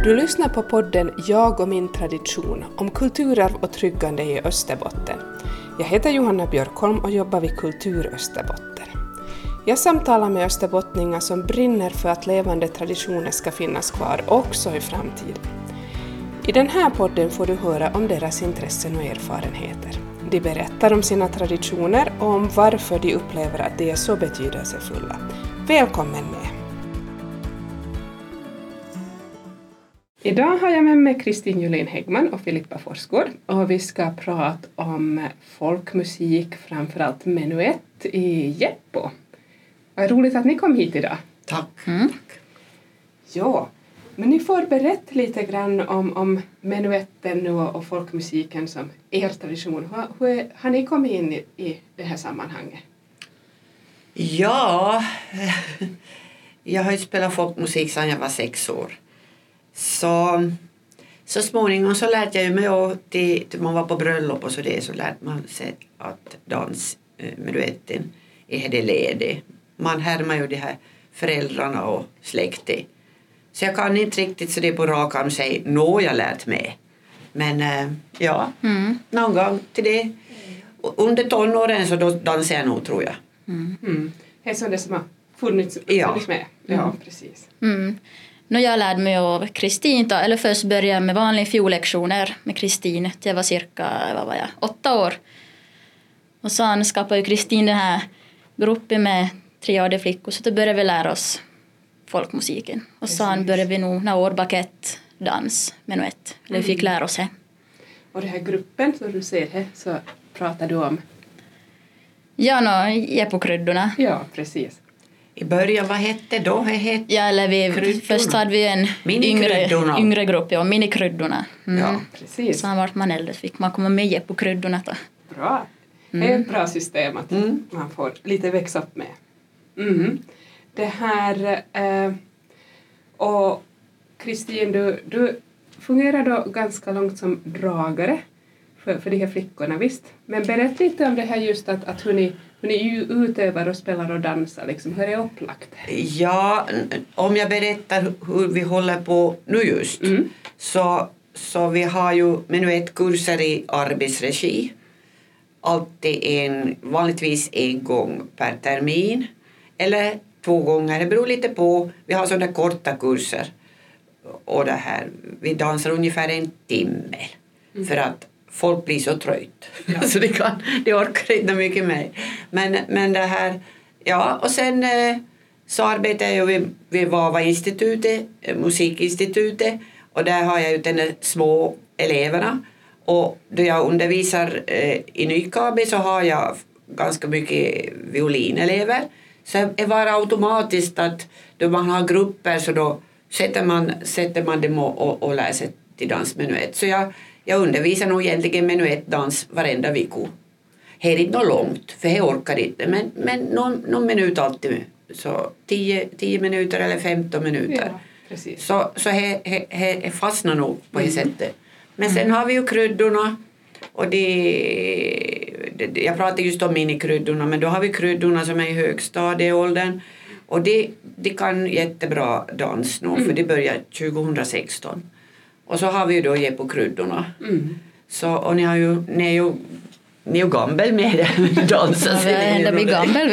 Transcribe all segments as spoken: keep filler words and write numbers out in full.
Du lyssnar på podden Jag och min tradition om kulturarv och tryggande i Österbotten. Jag heter Johanna Björkholm och jobbar vid Kultur Österbotten. Jag samtalar med österbottningar som brinner för att levande traditioner ska finnas kvar också i framtiden. I den här podden får du höra om deras intressen och erfarenheter. De berättar om sina traditioner och om varför de upplever att de är så betydelsefulla. Välkommen med! Idag har jag med mig Kristin Julin Häggman och Filippa Forsgård och vi ska prata om folkmusik, framförallt menuett i Jeppo. Vad roligt att ni kom hit idag. Tack. Mm. Ja, men ni får berätta lite grann om, om menuetten och, och folkmusiken som er tradition. Hur, hur har ni kommit in i, i det här sammanhanget? Ja, jag har ju spelat folkmusik sedan jag var sex år. Så, så småningom så lärde jag mig att till, till man var på bröllop och så det så lärde man sig att dans menuetten är det lede. Man härmar ju de här föräldrarna och släkten. Så jag kan inte riktigt så det på rak arm säga nå jag lärt mig. Men ja, mm. någon gång till det. Under tonåren så då dansar jag nog tror jag. Mm. Mm. Det är så det som har funnits, funnits ja. med. Ja, mm. precis. Mm. Nu jag lärde mig av Kristin, eller först började jag med vanliga fiollektioner med Kristin. Jag var cirka vad var jag, åtta år. Och sen skapade ju Kristin den här gruppen med triade flickor så då började vi lära oss folkmusiken. Och sen började vi nog några år bakett, dans, menuett. Eller vi fick lära oss här. Och den här gruppen som du ser här så pratar du om? Ja, no, Jeppo-kryddorna. Ja, precis. I början, vad hette då? Hette ja, eller vi, först hade vi en yngre, yngre grupp, ja, minikryddorna. Mm. Ja, precis. Sen vart man äldre fick man komma med Jeppo-kryddorna då. Bra. Mm. Det är ett bra system att mm. man får lite växa upp med. Mm. Det här, eh, och Kristin, du, du fungerar då ganska långt som dragare för, för de här flickorna, visst? Men berätta lite om det här just att, att hur, ni, hur ni utövar och spelar och dansar, liksom, hur är det upplagt? Ja, om jag berättar hur vi håller på nu just, mm. så, så vi har ju menuettkurser i arbetsregi. Alltid en, vanligtvis en gång per termin. Eller två gånger, det beror lite på. Vi har sådana korta kurser. Och det här, vi dansar ungefär en timme. Mm. För att folk blir så trött. Ja. Så det, kan, det orkar inte mycket mer. Men, men det här, ja. Och sen eh, så arbetar jag vid, vid Vava-institutet, musikinstitutet. Och där har jag ju de små eleverna. Och då jag undervisar eh, i Nykabi så har jag ganska mycket violinelever. Så det var automatiskt att då man har grupper så då sätter man, sätter man dem och, och, och lär sig till dansmenuett. Så jag, jag undervisar nog egentligen menuettdans varenda vecka. Det är inte något långt, för jag orkar inte. Men, men någon, någon minut alltid. Så tio, tio minuter eller femton minuter. Ja, precis. Så, så he, he, he fastnar nog på det mm. sättet. Men sen har vi ju kryddorna. Och det, det, jag pratar just om minikryddorna, men då har vi kryddorna som är i högstadieåldern. Och det, det kan jättebra dans nu, mm. för det börjar tjugohundrasexton. Och så har vi ju då Jeppo-kryddorna. Mm. Så, och ni, har ju, ni är ju ni är ju gammal med det, dansa. Ja, vi är ändå blir gammal.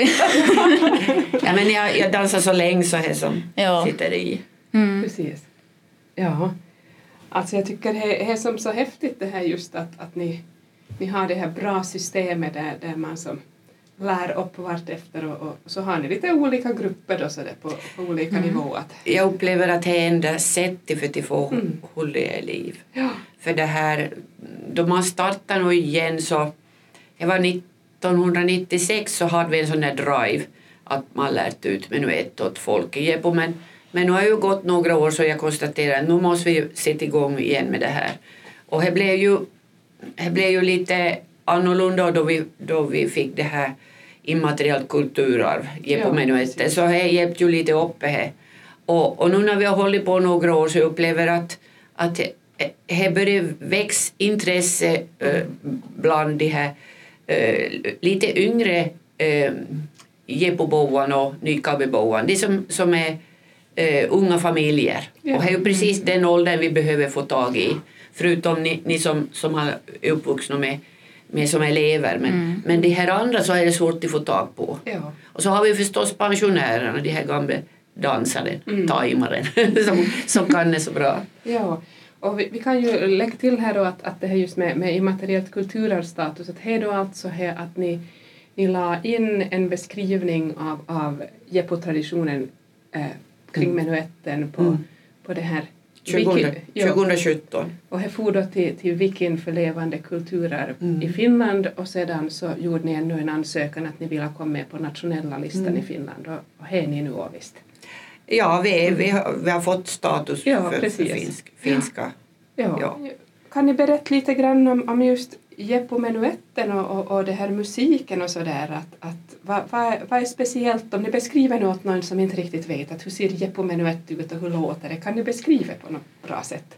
Ja, men jag, jag dansar så länge så här som ja. Sitter i. Mm. Precis. Ja. Alltså jag tycker det är som så häftigt det här just att, att ni, ni har det här bra systemet där, där man som lär upp vart efter och, och så har ni lite olika grupper då så det på, på olika mm. nivåer. Jag upplever att det är enda sättet för att få mm. hålla i liv. Ja. För det här, då man startar nu igen så, det var nittonhundranittiosex så hade vi en sån här drive att man lärt ut menuett åt folk i Jeppo, men Men nu har ju gått några år så jag konstaterar att nu måste vi sätta igång igen med det här. Och det blev ju, det blev ju lite annorlunda då vi, då vi fick det här immateriellt kulturarv på menuetten. Så det hjälpte ju lite uppe här. Och, och nu när vi har hållit på några år så upplever jag att, att det börjar växa intresse äh, bland de här äh, lite yngre äh, Jeppo-boan och Nykabi-boan. De som, som är eh, unga familjer. Ja. Och det är ju precis den åldern vi behöver få tag i. Förutom ni, ni som, som har uppvuxna med, med som elever. Men, mm. men de här andra så är det svårt att få tag på. Ja. Och så har vi förstås pensionärerna, de här gamla dansaren, mm. tajmaren, som, som kan det så bra. Ja, och vi, vi kan ju lägga till här då att, att det här just med, med immateriellt kulturarvsstatus, att det är då alltså här att ni, ni la in en beskrivning av, av Jeppo-traditionen eh, kring mm. menuetten på, mm. på det här tjugohundrasjutton. Och det for då till, till Wikin för levande kulturer mm. i Finland, och sedan så gjorde ni ännu en ansökan att ni ville komma med på nationella listan mm. i Finland, och, och här är ni nu och visst. Ja, vi, vi, har, vi har fått status ja, för, för finsk, finska. Ja. Ja. Kan ni berätta lite grann om, om just Jeppo-menuetten och, och, och det här musiken och sådär, att, att vad, vad, vad är speciellt, om ni beskriver något någon som inte riktigt vet, att hur ser Jeppo-menuett ut och hur låter det, kan ni beskriva på något bra sätt?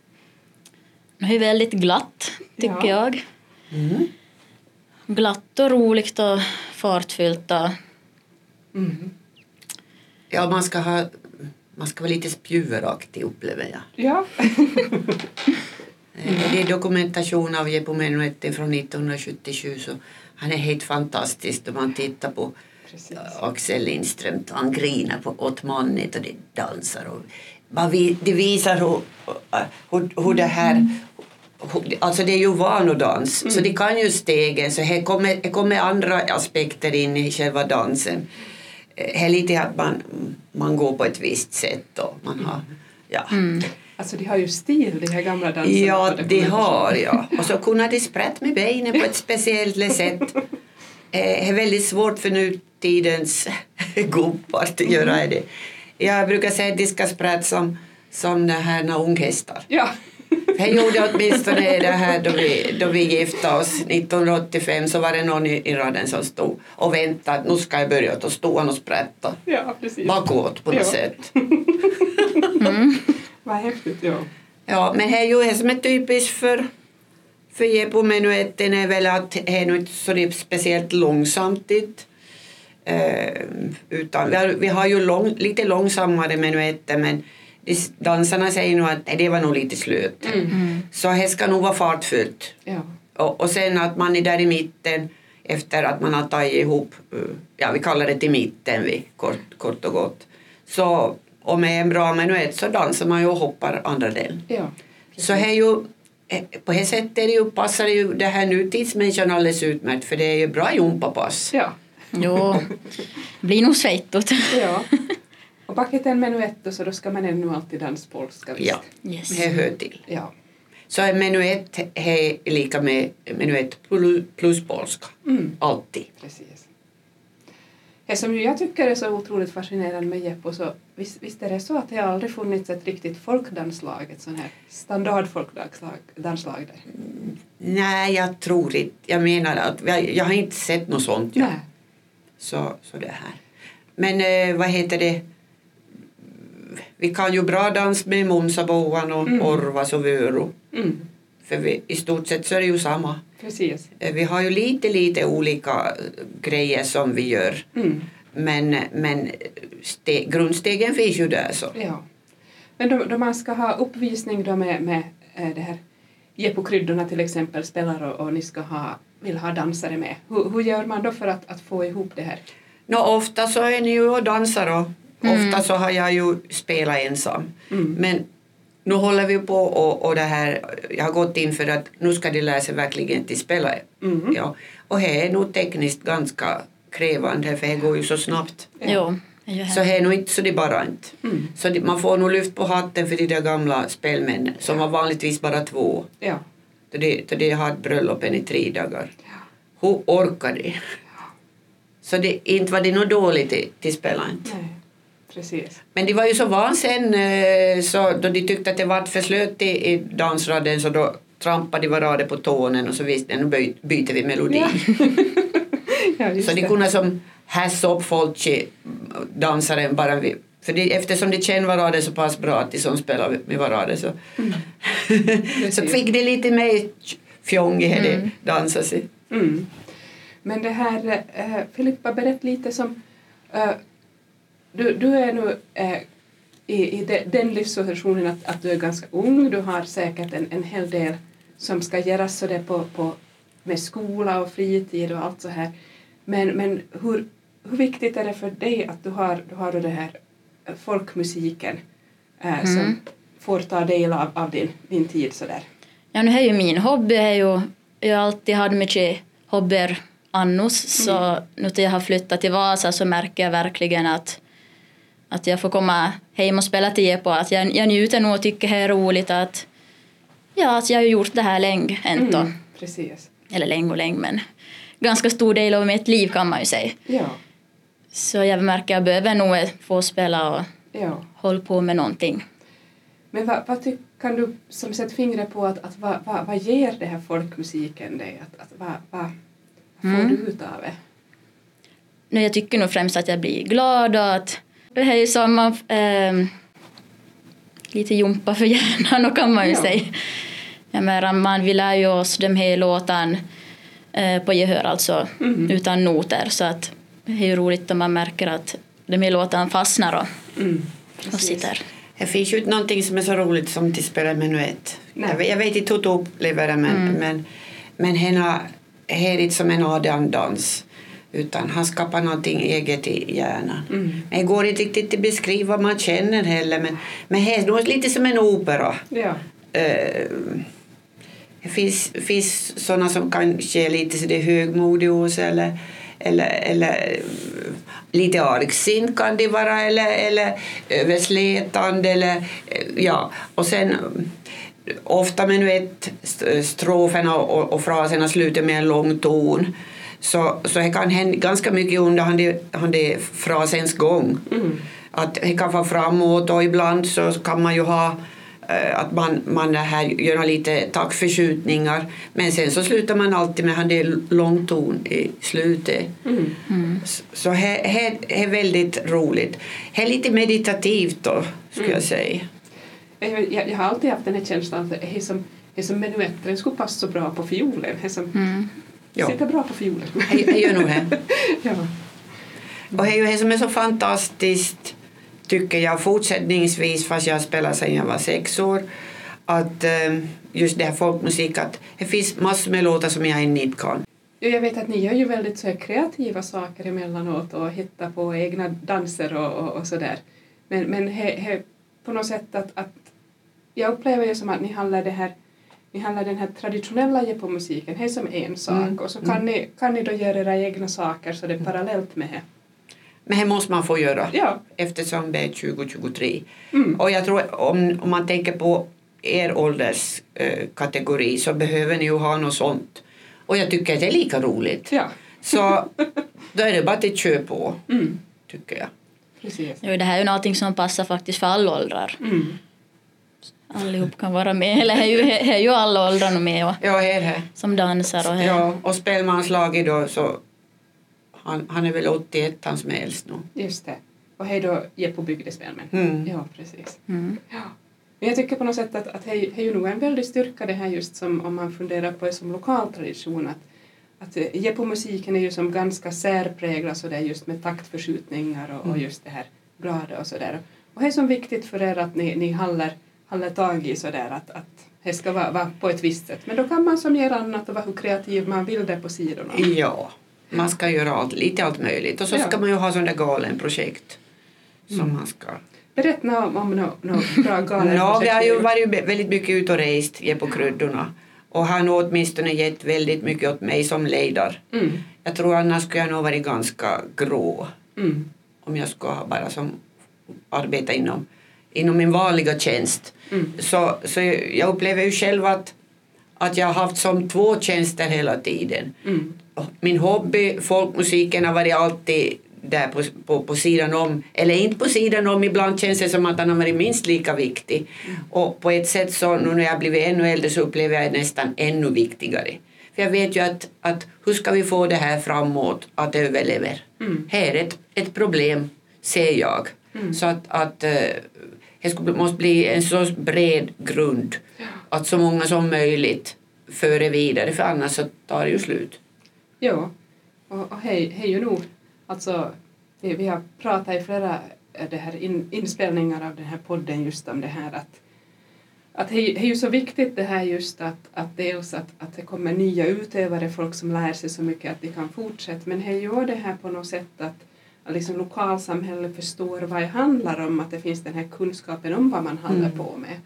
Det är väldigt glatt, tycker ja. jag. Mm. Glatt och roligt och fartfyllt. Och... Mm. Ja, man ska ha, man ska vara lite spjuveraktig, upplever jag. Ja. Det är dokumentation av Jeppo-menuetten från nittonhundrasjuttiosju, så han är helt fantastisk då man tittar på Precis. Axel Lindström, han grinar på åt mannet och det dansar och man vi, det visar hur, hur, hur det här hur, alltså det är ju vanodans mm. så det kan ju stegen, så här kommer, här kommer andra aspekter in i själva dansen. Det är lite att man, man går på ett visst sätt och man har ja. Mm. Alltså de har ju stil, de här gamla dansarna. Ja, de har, ja. Och så kunna de sprätt med benen på ett speciellt sätt. Det är väldigt svårt för nutidens gubbar att göra det. Jag brukar säga att de ska sprätt som, som de här unghästar. Ja. Jag gjorde åtminstone det här då vi, då vi gifte oss nittonhundraåttiofem, så var det någon i, i raden som stod och väntade. Nu ska jag börja, och stod han och sprätta. Ja, precis. Bakåt på något ja. sätt. Mm. Vad häftigt, ja. Ja, men det är ju det som är typiskt för, för Jeppo-menuetten är väl att det är inte så det är speciellt långsamt. Eh, utan vi har, vi har ju lång, lite långsammare menuetter, men dansarna säger nog att det var nog lite slut. Mm. Mm. Så det ska nog vara fartfyllt. Ja. Och, och sen att man är där i mitten efter att man har tagit ihop, ja vi kallar det till mitten vi, kort, kort och gott. Så och med en bra menuett så dansar man ju och hoppar andra delen. Ja, så här ju, på det sättet är det ju, passar det ju det här nutidsmänniskan alldeles utmärkt, för det är ju bra jumpapass. Ja. Jo, blir nog svejtot. Ja. Och backet en menuett så då ska man ännu alltid dansa polska, visst? Ja, yes. det hör till. Ja. Så en menuett är lika med menuett plus polska. Mm. Alltid. Precis. Det som jag tycker är så otroligt fascinerande med Jeppo, så visst, visst är det så att det aldrig funnits ett riktigt folkdanslag, ett sån här standard folkdanslag där? Mm, nej, jag tror inte. Jag menar att jag, jag har inte sett något sånt. Ja. Nej. Så, så det här. Men eh, vad heter det? Vi kan ju bra dans med Momsaboan och mm. Orvas och Vöro. Mm. För vi, i stort sett så är det ju samma. Precis. Vi har ju lite, lite olika grejer som vi gör. Mm. Men, men ste, grundstegen finns ju där så. Ja. Men då, då man ska ha uppvisning då med, med äh, det här Jeppo-kryddorna till exempel spelar och, och ni ska ha, vill ha dansare med. Hur, hur gör man då för att, att få ihop det här? Nå, ofta så är ni ju och dansar och mm. ofta så har jag ju spelat ensam. Mm. Men nu håller vi på och, och det här, jag har gått in för att nu ska de lära sig verkligen till spela. Mm. Ja. Och det är nog tekniskt ganska krävande, för det går ju så snabbt. Ja. Jo, så det är nog inte så det bara inte. Mm. Så det, man får nog lyft på hatten för de där gamla spelmännen som var vanligtvis bara två. Ja. Så det, så det har bröllopen i tre dagar. Ja. Hur orkar de? Ja. Så det, inte var det nog dåligt till, till spelaren. Nej. Precis. Men de var ju så van sen, så då de tyckte att det var för slöt i, i dansraden, så då trampade de varade på tånen och så visste de, nu byter vi melodi. Ja. Ja, så de det. kunde som hässa upp folk i dansaren bara vid, för de, eftersom de känner varandra så pass bra att de som spelar med varandra så, mm. så fick de lite mer fjong i hur mm. de dansade sig. Mm. Men det här, äh, Filippa, berätt lite som... Äh, Du, du är nu eh, i, i de, den livssituationen att, att du är ganska ung, du har säkert en, en hel del som ska göras så det på, på, med skola och fritid och allt så här. Men, men hur, hur viktigt är det för dig att du har, du har det här folkmusiken äh, mm. som får ta del av, av din, din tid så där? Ja, nu är ju min hobby, är ju, jag har alltid haft mycket hobbyer annars, så mm. nu när jag har flyttat till Vasa så märker jag verkligen att, att jag får komma hem och spela till på att jag, jag njuter nog och tycker det är roligt att, ja, att jag har gjort det här länge ändå. Mm, precis. Eller länge och länge, men ganska stor del av mitt liv kan man ju säga. Ja. Så jag märker att jag behöver nog få spela och ja. hålla på med någonting. Men vad, vad ty, kan du som sätter fingret på att, att vad, vad, vad ger det här folkmusiken dig? Att, att, vad, vad får mm. du ut av det? Nu, jag tycker nog främst att jag blir glad och att det här är som äh, lite jumpa för hjärnan och kan man ju ja. säga. Jag menar, man vill lära ju oss de här låtan äh, på gehör, alltså mm. utan noter, så att det är ju roligt om man märker att de här låtan fastnar och, mm. och sitter. Det finns ju någonting som är så roligt som till spela menuett. Jag, jag vet inte hur du upplever det, men, mm. men, men henne är inte som en Adam-dans, utan han skapar någonting eget i hjärnan. Mm. Men det går inte riktigt att beskriva vad man känner heller, men, men det är lite som en opera. Ja. Uh, det finns, finns sådana som kanske är lite så det högmodig hos, eller, eller, eller lite argsint kan det vara, eller, eller överslätande, eller, ja. Och sen ofta med nu ett stroferna och, och fraserna slutar med en lång ton, så, så det kan hända ganska mycket under han det, han det frasens gång. Mm. Att det kan vara framåt, och ibland så kan man ju ha att man, man här gör lite taktförskjutningar, men sen så slutar man alltid med en lång ton i slutet. Mm. Mm. Så det är väldigt roligt. Det är lite meditativt då, skulle mm. jag säga. Jag, jag, jag har alltid haft den här känslan att det är som, det är som menuetter, den skulle passa så bra på fiolen. Det är som, mm. sitter bra på fiolen. Det gör nog det. Ja. Och det är ju det som är så fantastiskt, tycker jag fortsättningsvis, fast jag spelar sedan jag var sex år, att just det här folkmusik, att det finns massor med låtar som jag inte kan. Jag vet att ni gör ju väldigt så kreativa saker emellanåt och hittar på egna danser och, och, och sådär. Men, men he, he, på något sätt att, att jag upplever ju som att ni handlar det här, ni handlar den här traditionella jepomusiken, det är som en sak, mm. och så kan, mm. ni, kan ni då göra era egna saker så det är parallellt med det. Men det måste man få göra, ja. eftersom det är tjugo tjugotre. Mm. Och jag tror om, om man tänker på er ålderskategori eh, så behöver ni ju ha något sånt. Och jag tycker att det är lika roligt. Ja. Så då är det bara att köpa på, mm. tycker jag. Precis. Jo, det här är ju någonting som passar faktiskt för alla åldrar. Mm. Allihop kan vara med, eller är ju, är ju alla åldrar med och, ja, är det. Som dansar. Och här. Ja, och spelmanslag då så Han, han är väl åttioett, hans med äldst nu. Just det. Och hej då ge på bygdespelmen. Mm. Ja, precis. Mm. Ja. Men jag tycker på något sätt att, att det är ju nog en väldigt styrka det här just som om man funderar på det som lokal tradition. Att, att ge på musiken är ju som ganska särpräglad så det är just med taktförskjutningar och, mm. och just det här glada och sådär. Och det är så viktigt för er att ni, ni håller, håller tag i sådär att, att det ska vara, vara på ett visst sätt. Men då kan man som ger annat och vara hur kreativ man vill det på sidorna. Ja. Man ska göra allt, lite allt möjligt. Och så ska ja. man ju ha sådana galen projekt som mm. man ska... Berätta om, om några no, no, bra galen projekt. No, vi har ju varit väldigt mycket ute och rest på kryddorna. Och han har åtminstone gett väldigt mycket åt mig som ledare. Mm. Jag tror annars skulle jag nog varit ganska grå. Mm. Om jag skulle ha bara som arbeta inom, inom min vanliga tjänst. Mm. Så, så jag upplever ju själv att, att jag har haft som två tjänster hela tiden. Mm. Min hobby, folkmusiken, har varit alltid där på, på, på sidan om. Eller inte på sidan om, ibland känns det som att den har varit minst lika viktig. Mm. Och på ett sätt så, nu när jag blivit ännu äldre så upplever jag det nästan ännu viktigare. För jag vet ju att, att hur ska vi få det här framåt att det överlever? Mm. Här är ett, ett problem, ser jag. Mm. Så att, att det måste bli en så bred grund att så många som möjligt före vidare, för annars så tar det ju slut. Ja, och, och hej, hej ju nog. Alltså, vi, vi har pratat i flera det här in, inspelningar av den här podden just om det här att att det är ju så viktigt det här just att, att dels att, att det kommer nya utövare, folk som lär sig så mycket att de kan fortsätta, men det gör det här på något sätt att, att liksom lokalsamhället förstår vad det handlar om, att det finns den här kunskapen om vad man håller mm. på med.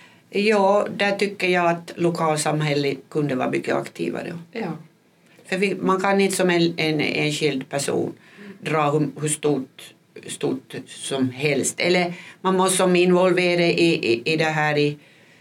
Ja, där tycker jag att lokalsamhället kunde vara mycket aktivare. Ja. För vi, man kan inte som en, en enskild person dra hur, hur stort, stort som helst. Eller man måste som involvera i, i, i det här i,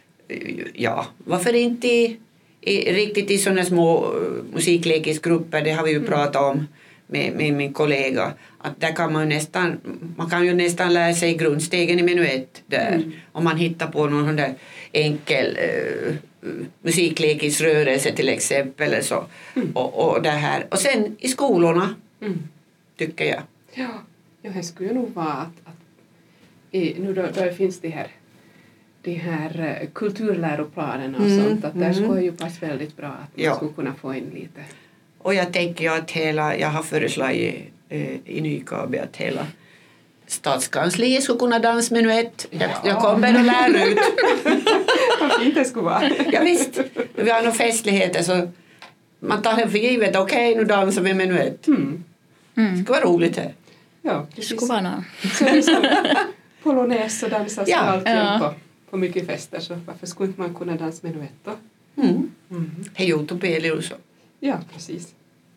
ja, varför inte i, i, riktigt i sådana små musiklekisgrupper, det har vi ju mm. pratat om med, med min kollega. Att där kan man nästan, man kan ju nästan lära sig grundstegen i menuett där. Mm. Om man hittar på någon sån där enkel uh, musiklekisrörelse till exempel. Eller så. Mm. Och, och det här. Och sen i skolorna, mm. tycker jag. Ja, ja det skulle nog vara att, att i, nu då, då finns det här de här kulturläroplanerna och mm. sånt, att där mm. skulle ju passa väldigt bra att man ja. skulle kunna få in lite. Och jag tänker ju att hela, jag har föreslagit eh, i Nykabi att hela stadskansliet skulle kunna dansa menuett. Jag, ja. jag kommer och lär ut. Vad fint det skulle vara. Ja visst, vi har några festligheter så man tar det för givet, okej okay, nu dansar vi menuett. Mm. Mm. Det skulle vara roligt här. Ja, det skulle vara något. Så det är polonäs och dansas ja. alltid ja. på, på mycket fester, så varför skulle inte man kunna dansa menuett då? Mm. Mm. Hej Otopeli och så. Ja, precis.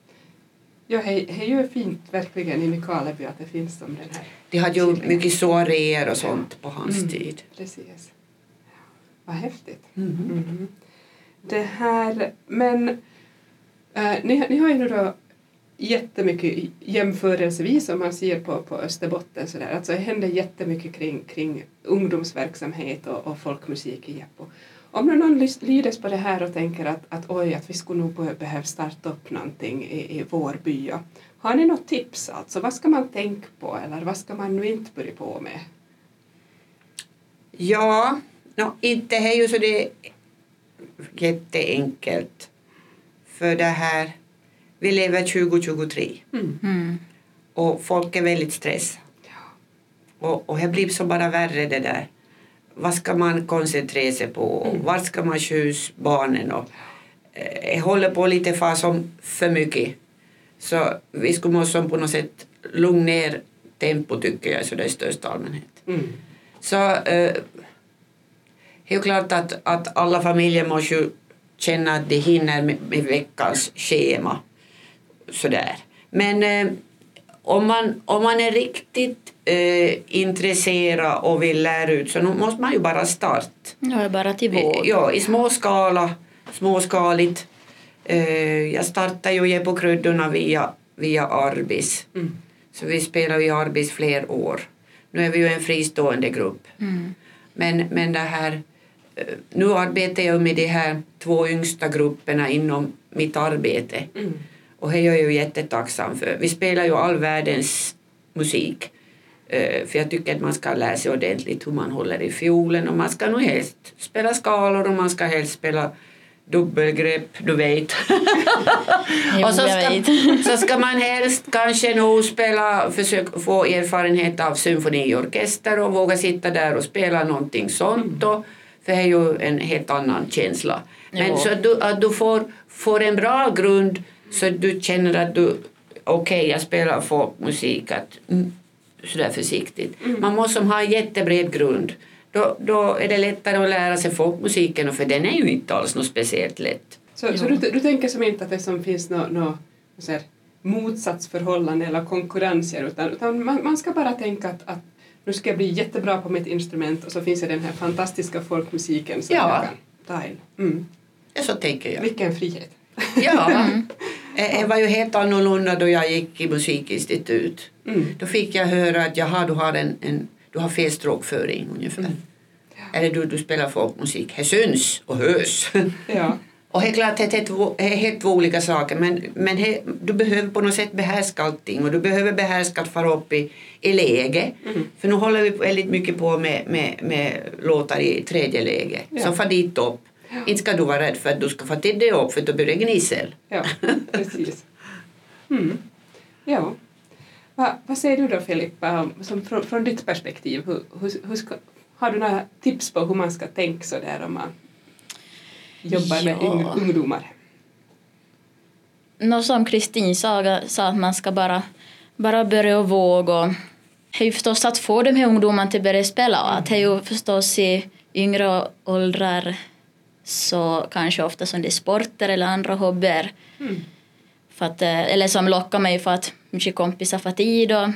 Ja, det är ju fint verkligen i Nykarleby att det finns som den här. De hade ju mycket soaréer och sånt på hans mm, tid. Precis. Vad häftigt. Mm. Mm. Det här, men äh, ni, ni har ju nu då jättemycket jämförelsevis om man ser på, på Österbotten sådär. Alltså det händer jättemycket kring, kring ungdomsverksamhet och, och folkmusik i Jeppo. Om någon lydes på det här och tänker att, att oj, att vi skulle nog behöva starta upp någonting i, i vår by. Har ni något tips alltså? Vad ska man tänka på eller vad ska man nu inte börja på med? Ja, no, inte är ju så det är jätteenkelt. För det här, vi lever tjugo tjugotre. Mm. Mm. Och folk är väldigt stressade. Ja. Och, och det blir så bara värre det där. Vad ska man koncentrera sig på? Mm. Var ska man skjuts barnen? Och, eh, jag håller på lite för som för mycket. Så vi skulle måste på något sätt lugna ner tempo tycker jag så det är största allmänhet. Mm. Så eh, det är klart att, att alla familjer måste ju känna att de hinner med, med veckans schema. Sådär. Men eh, om, man, om man är riktigt eh, intresserad och vill lära ut så måste man ju bara starta. Ja, bara till vård. Ja, i småskala, småskaligt. Eh, jag startade ju ge på kryddorna via, via Arbis. Mm. Så vi spelar i Arbis fler år. Nu är vi ju en fristående grupp. Mm. Men, men det här, nu arbetar jag med de här två yngsta grupperna inom mitt arbete. Mm. Och det är jag ju jättetacksam för. Vi spelar ju all världens musik. För jag tycker att man ska lära sig ordentligt hur man håller i fiolen. Och man ska nog helst spela skalor och man ska helst spela dubbelgrepp, du vet. Jo, och så ska, jag vet. så ska man helst kanske nog spela, försöka få erfarenhet av symfoniorkester och våga sitta där och spela någonting sånt. Och, för det är ju en helt annan känsla. Men jo. Så att du, att du får, får en bra grund så du känner att du, okej, okay, jag spelar folkmusik, att, mm, sådär försiktigt. Mm. Man måste ha en jättebred grund. Då, då är det lättare att lära sig folkmusiken, och för den är ju inte alls något speciellt lätt. Så, så du, du tänker som inte att det som finns något no, no, motsatsförhållande eller konkurrenser, utan, utan man, man ska bara tänka att, att nu ska jag bli jättebra på mitt instrument och så finns det den här fantastiska folkmusiken som ja. jag kan ta in. Mm. Ja, så tänker jag. Vilken frihet. Ja, mm. Det var ju helt annorlunda då jag gick i musikinstitut. Mm. Då fick jag höra att jaha, du har en, en du har fel stråkföring ungefär. Mm. Ja. Eller du, du spelar folkmusik. Det syns och hörs. Ja. Och det är klart att det är helt två olika saker. Men, men he, du behöver på något sätt behärska allting. Och du behöver behärska att fara upp i, i läge. Mm. För nu håller vi väldigt mycket på med, med, med låtar i tredje läge. Ja. Så far dit upp. Ja. Inte ska du vara rädd för att du ska få till det upp, för då blir det gnissel. Ja, precis. Mm. Ja. Va, vad säger du då, Filippa, om, som från, från ditt perspektiv? Hur, hur, hur ska, har du några tips på hur man ska tänka så där om man jobbar ja. med yng, ungdomar? Nå, som Kristin sa, sa att man ska bara, bara börja och våga. Det är ju förstås att få de här ungdomarna till att börja spela. Mm. Att det är ju förstås i yngre åldrar så kanske ofta som det är sporter eller andra hobbyer. Mm. För att, eller som lockar mig för att mycket kompisar får tid. Och,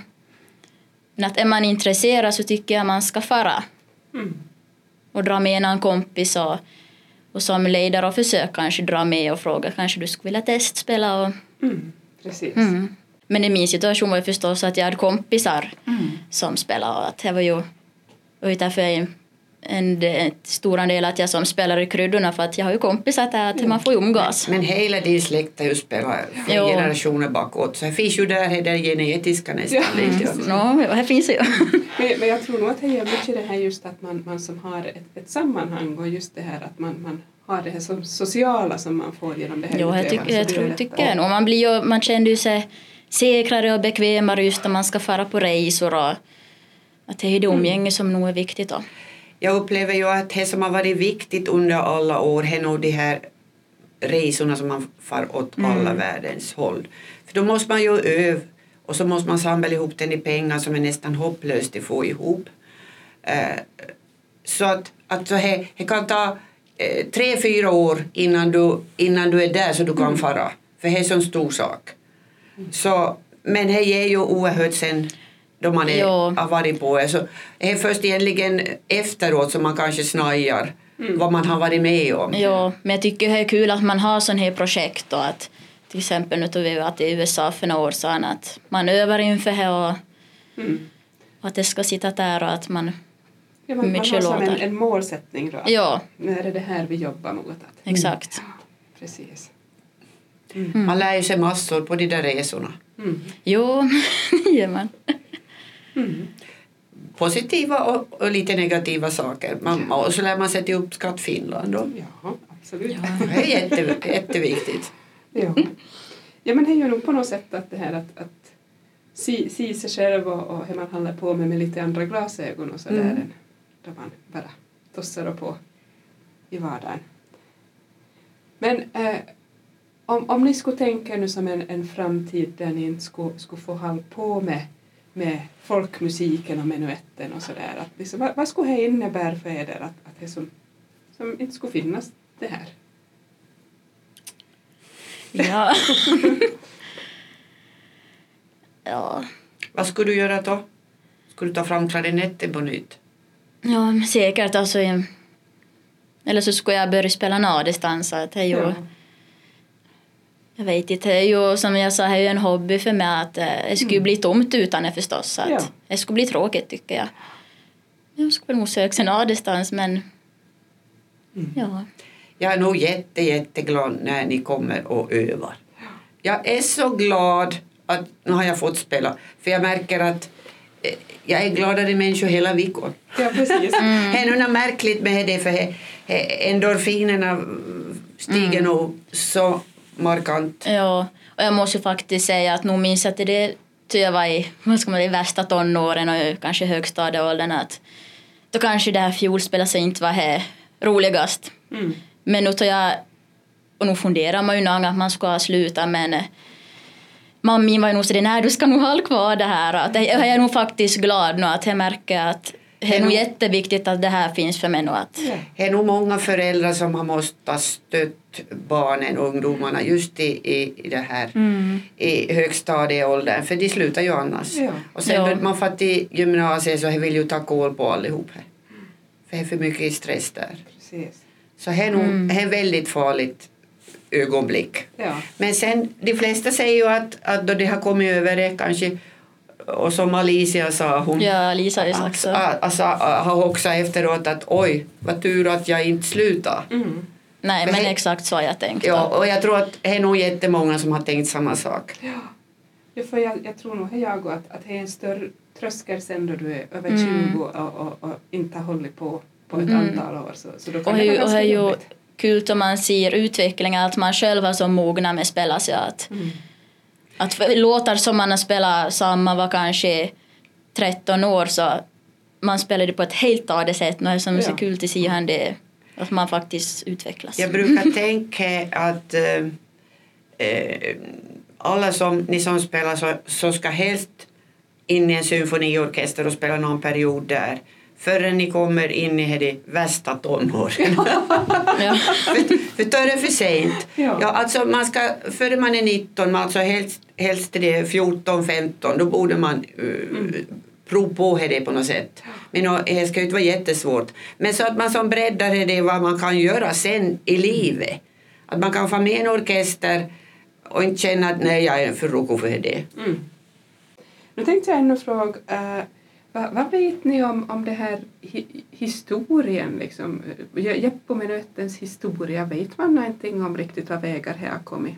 men att är man intresserad så tycker jag man ska fara. Mm. Och dra med en kompis och, och som ledare och försök kanske dra med och fråga. Kanske du skulle vilja testspela. Och, mm. Precis. Mm. Men i min situation var ju förstås att jag hade kompisar mm. som spelade. Och att det var ju utanför en, en, en stor del att jag som spelar i kryddorna. För att jag har ju kompisar där att mm. man får umgås. Men, men hela din släkt har ju spelat flera generationer bakåt. Så det finns ju där det genetiska nästan ja. lite också. Ja, det finns ju. men, men jag tror nog att det är mycket det här just att man, man som har ett, ett sammanhang. Och just det här att man... man har det här som sociala som man får genom det här. Jo, jag, tycker, jag tror tycker jag nog. Man, blir ju, man känner ju sig säkrare och bekvämare just när man ska fara på resor. Och att det är det umgänge mm. som nog är viktigt då. Jag upplever ju att det som har varit viktigt under alla år är nog de här resorna som man far åt mm. alla världens håll. För då måste man ju öva och så måste man samla ihop den i pengar som är nästan hopplöst att få ihop. Uh, så att, att så här, det kan ta uh, tre, fyra år innan du, innan du är där så du kan mm. fara. För det är en sån stor sak. Mm. Så, men det ger ju oerhört sen då man är, har varit på det. Så det är först egentligen efteråt som man kanske snajar mm. vad man har varit med om. Ja, men jag tycker det är kul att man har sån här projekt och att till exempel nu tog vi att i U S A för några år sedan att man övar inför det och, mm. och att det ska sitta där och att man ja, man, man har som en, en målsättning då. Ja. Nu är det det här vi jobbar mot. Att, exakt. Mm. Ja, precis. Mm. Man lär ju sig massor på de där resorna. Mm. Jo, det gör man. Mm. Positiva och, och lite negativa saker. Man, och så lär man sig till uppskatt Finland då. Ja, absolut. Ja. Det är jätte, jätteviktigt. Ja. ja, men det är ju nog på något sätt att det här att, att se, se sig själv och, och hur man håller på med, med lite andra glasögon och sådär mm. än då man bara tossar på i vardagen. Men eh, om, om ni skulle tänka nu som en, en framtid där ni inte skulle, skulle få hålla på med med folkmusiken och menuetten och sådär. Att liksom, vad, vad skulle det innebära för er att, att det som, som inte skulle finnas det här? Ja. ja. Vad skulle du göra då? Skulle du ta fram klarinetten på nytt? Ja, säkert. Alltså, eller så skulle jag börja spela nardistans. Det är ju... Ja. Jag vet inte, det är ju som jag sa, det är ju en hobby för mig att eh, det skulle mm. bli tomt utan det förstås. Så att ja. Det skulle bli tråkigt tycker jag. Jag skulle nog söka en A-distans men mm. ja. Jag är nog jätte, jätteglad när ni kommer och övar. Jag är så glad att nu har jag fått spela. För jag märker att eh, jag är gladare människa hela veckan. Ja, precis. Mm. Det är nog märkligt med det för he, he, endorfinerna stiger mm. nog så markant. Ja, och jag måste faktiskt säga att nog minns att det tror jag var i, vad ska man säga, värsta tonåren och kanske högstadieåldern att då kanske det här fjolspelet så inte var här roligast. Mm. Men nu tar jag, och nu funderar man ju någon att man ska sluta men mammin var ju nog så det, nej du ska nog hålla kvar det här. Att jag är nog faktiskt glad nu att jag märker att det är nog jätteviktigt att det här finns för mig nu. Att... Det är nog många föräldrar som har måste stött barnen och ungdomarna just i, i, i det här mm. i högstadieåldern. För de slutar ju annars. Ja. Och sen ja. man får till gymnasiet så vill ju ta koll på allihop. Här. För det är för mycket stress där. Precis. Så det är nog mm. det är väldigt farligt ögonblick. Ja. Men sen, de flesta säger ju att, att då de har kommit över det kanske. Och som Alicia sa, hon ja, Alicia är också. Alltså, har också efteråt att oj, vad tur att jag inte slutar. Mm. Nej, för men he, exakt så har jag tänkt. Ja, och jag tror att det är nog jättemånga som har tänkt samma sak. Ja, ja för jag, jag tror nog jag att, att det är en större tröskel sen då du är över mm. tjugo och, och, och inte har hållit på på ett mm. antal år. Så, så då kan och det vara ganska ju jobbigt. Kul om man ser utvecklingen, att man själv har så mogna med spela sig att, mm. att för låtar som man har spelat samma var kanske tretton år, så man spelade på ett helt annat sätt. Något som är så kul till sig det, att man faktiskt utvecklas. Jag brukar tänka att äh, äh, alla som ni som spelar så, så ska helst in i en symfoniorkester och spela någon period där. Förrän ni kommer in i det värsta tonåren. Ja. för, för då är det för sent. Ja. Ja, alltså man ska, före man är nitton, alltså helst, helst det är fjorton femton, då borde man uh, mm. prova på det på något sätt. Men och, det ska ju inte vara jättesvårt. Men så att man som breddar det vad man kan göra sen i livet. Att man kan få med en orkester och inte känna att nej, jag är för roko för det. Mm. Nu tänkte jag ännu fråga, uh, vad, vad vet ni om, om det här hi, historien? Liksom? Jeppomenuettens historia, vet man någonting om riktigt vad vägar här har kommit?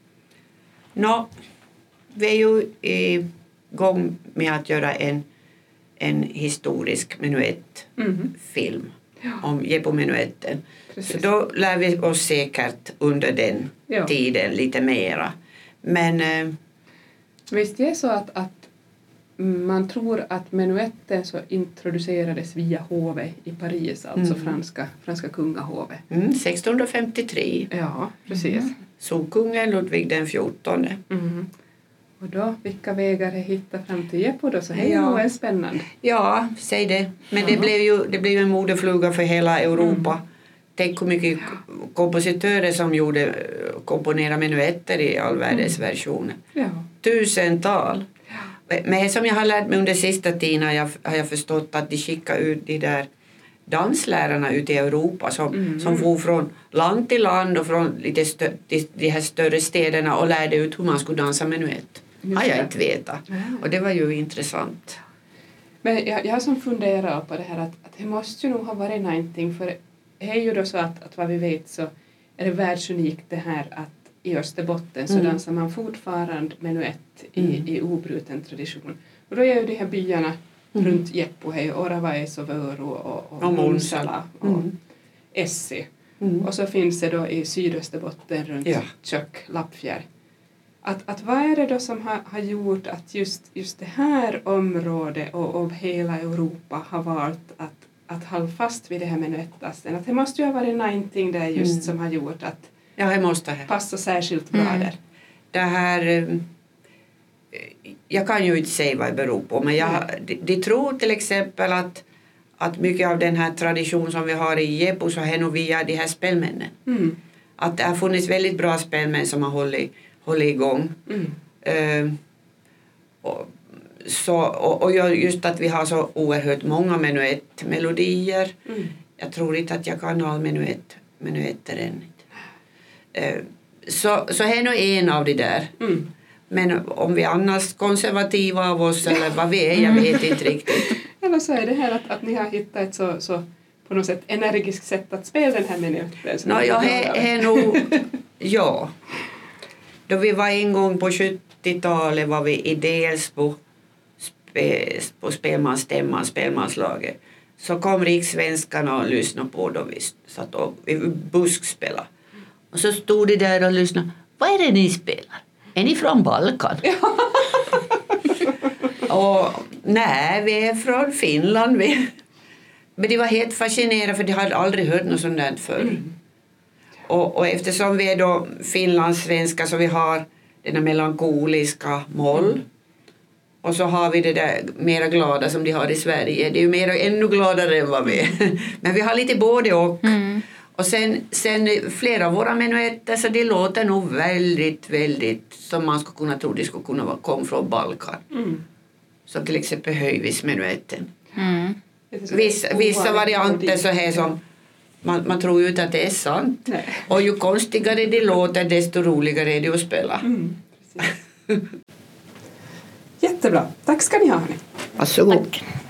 Nå, vi är ju igång med att göra en, en historisk menuettfilm mm. ja. om Jeppomenuetten. Så då lär vi oss säkert under den ja. tiden lite mera. Men eh, visst är det så att, att man tror att menuetten så introducerades via hovet i Paris, alltså mm. franska, franska kungahovet. Mm, sextonhundrafemtiotre. Ja, precis. Mm. Så kungen Ludvig den fjortonde. Mm. Och då, vilka vägar är hittat fram till Jeppo då? Så det är ja. nog en spännande. Ja, säg det. Men ja. det blev ju det blev en modefluga för hela Europa. Mm. Tänk hur mycket kompositörer som gjorde komponera menuetter i all världens mm. versioner. Ja. Tusental. Ja. Men som jag har lärt mig under sista tiden har jag, har jag förstått att de skickar ut de där danslärarna ut i Europa som, mm. som får från land till land och från lite stö- de, de här större städerna och lärde ut hur man skulle dansa menuett. Har jag inte vetat. Ja. Och det var ju intressant. Men jag, jag som funderar på det här att, att det måste ju nog ha varit någonting, för det är ju då så att, att vad vi vet så är det världsunikt det här att i Österbotten så mm. dansar man fortfarande menuett i, mm. i obruten tradition. Och då är ju de här byarna mm. runt Jeppo, hej, Oravaes och Vöru och, och, och Munsala och mm. Essi. Mm. Och så finns det då i Sydösterbotten runt ja. Tjök, Lappfjär. Att, att vad är det då som har, har gjort att just, just det här området och, och hela Europa har valt att att hålla fast vid det här menuettasten. Att det måste ju ha varit någonting där just mm. som har gjort att ja, det måste ha. Passa särskilt bra mm. där. Det här, jag kan ju inte säga vad det beror på, men jag, de, de tror till exempel att, att mycket av den här tradition som vi har i Jeppo så är nog via de här spelmännen. Mm. Att det har funnits väldigt bra spelmän som har hållit, hållit igång. Mm. Uh, och, Så, och, och just att vi har så oerhört många menuettmelodier. Mm. Jag tror inte att jag kan all menuett, menuetter än. Uh, så, så är nog en av de där. Mm. Men om vi annars konservativa av oss eller vad vi är, jag vet inte riktigt. Eller så är det här att, att ni har hittat ett så, så på något sätt energiskt sätt att spela den här menuetten. No, ja, är nog, ja. Då vi var en gång på sjuttiotalet var vi i Delsbo på spelmansstämman, spelmanslaget. Så kom rikssvenskarna och lyssnade på då vi satt och vi buskspelade. Och så stod de där och lyssnade. Vad är det ni spelar? Är ni från Balkan? och nej, vi är från Finland. Vi. Men de var helt fascinerade för de hade aldrig hört något sånt där förr. Mm. Och, och eftersom vi är då finlandssvenska så vi har den melankoliska moll. Mm. Och så har vi det där mera glada som de har i Sverige. Det är ju mera, ännu gladare än vad vi är. Men vi har lite både och. Mm. Och sen, sen flera av våra menuetter så de låter nog väldigt, väldigt som man skulle kunna tro de skulle kunna vara, kom från Balkan. Mm. Så till exempel höjvismenuetten. Mm. Vissa, vissa varianter så här som man, man tror ju inte att det är sant. Nej. Och ju konstigare de låter desto roligare är det att spela. Mm. Jättebra. Tack ska ni ha. Varsågod. Tack.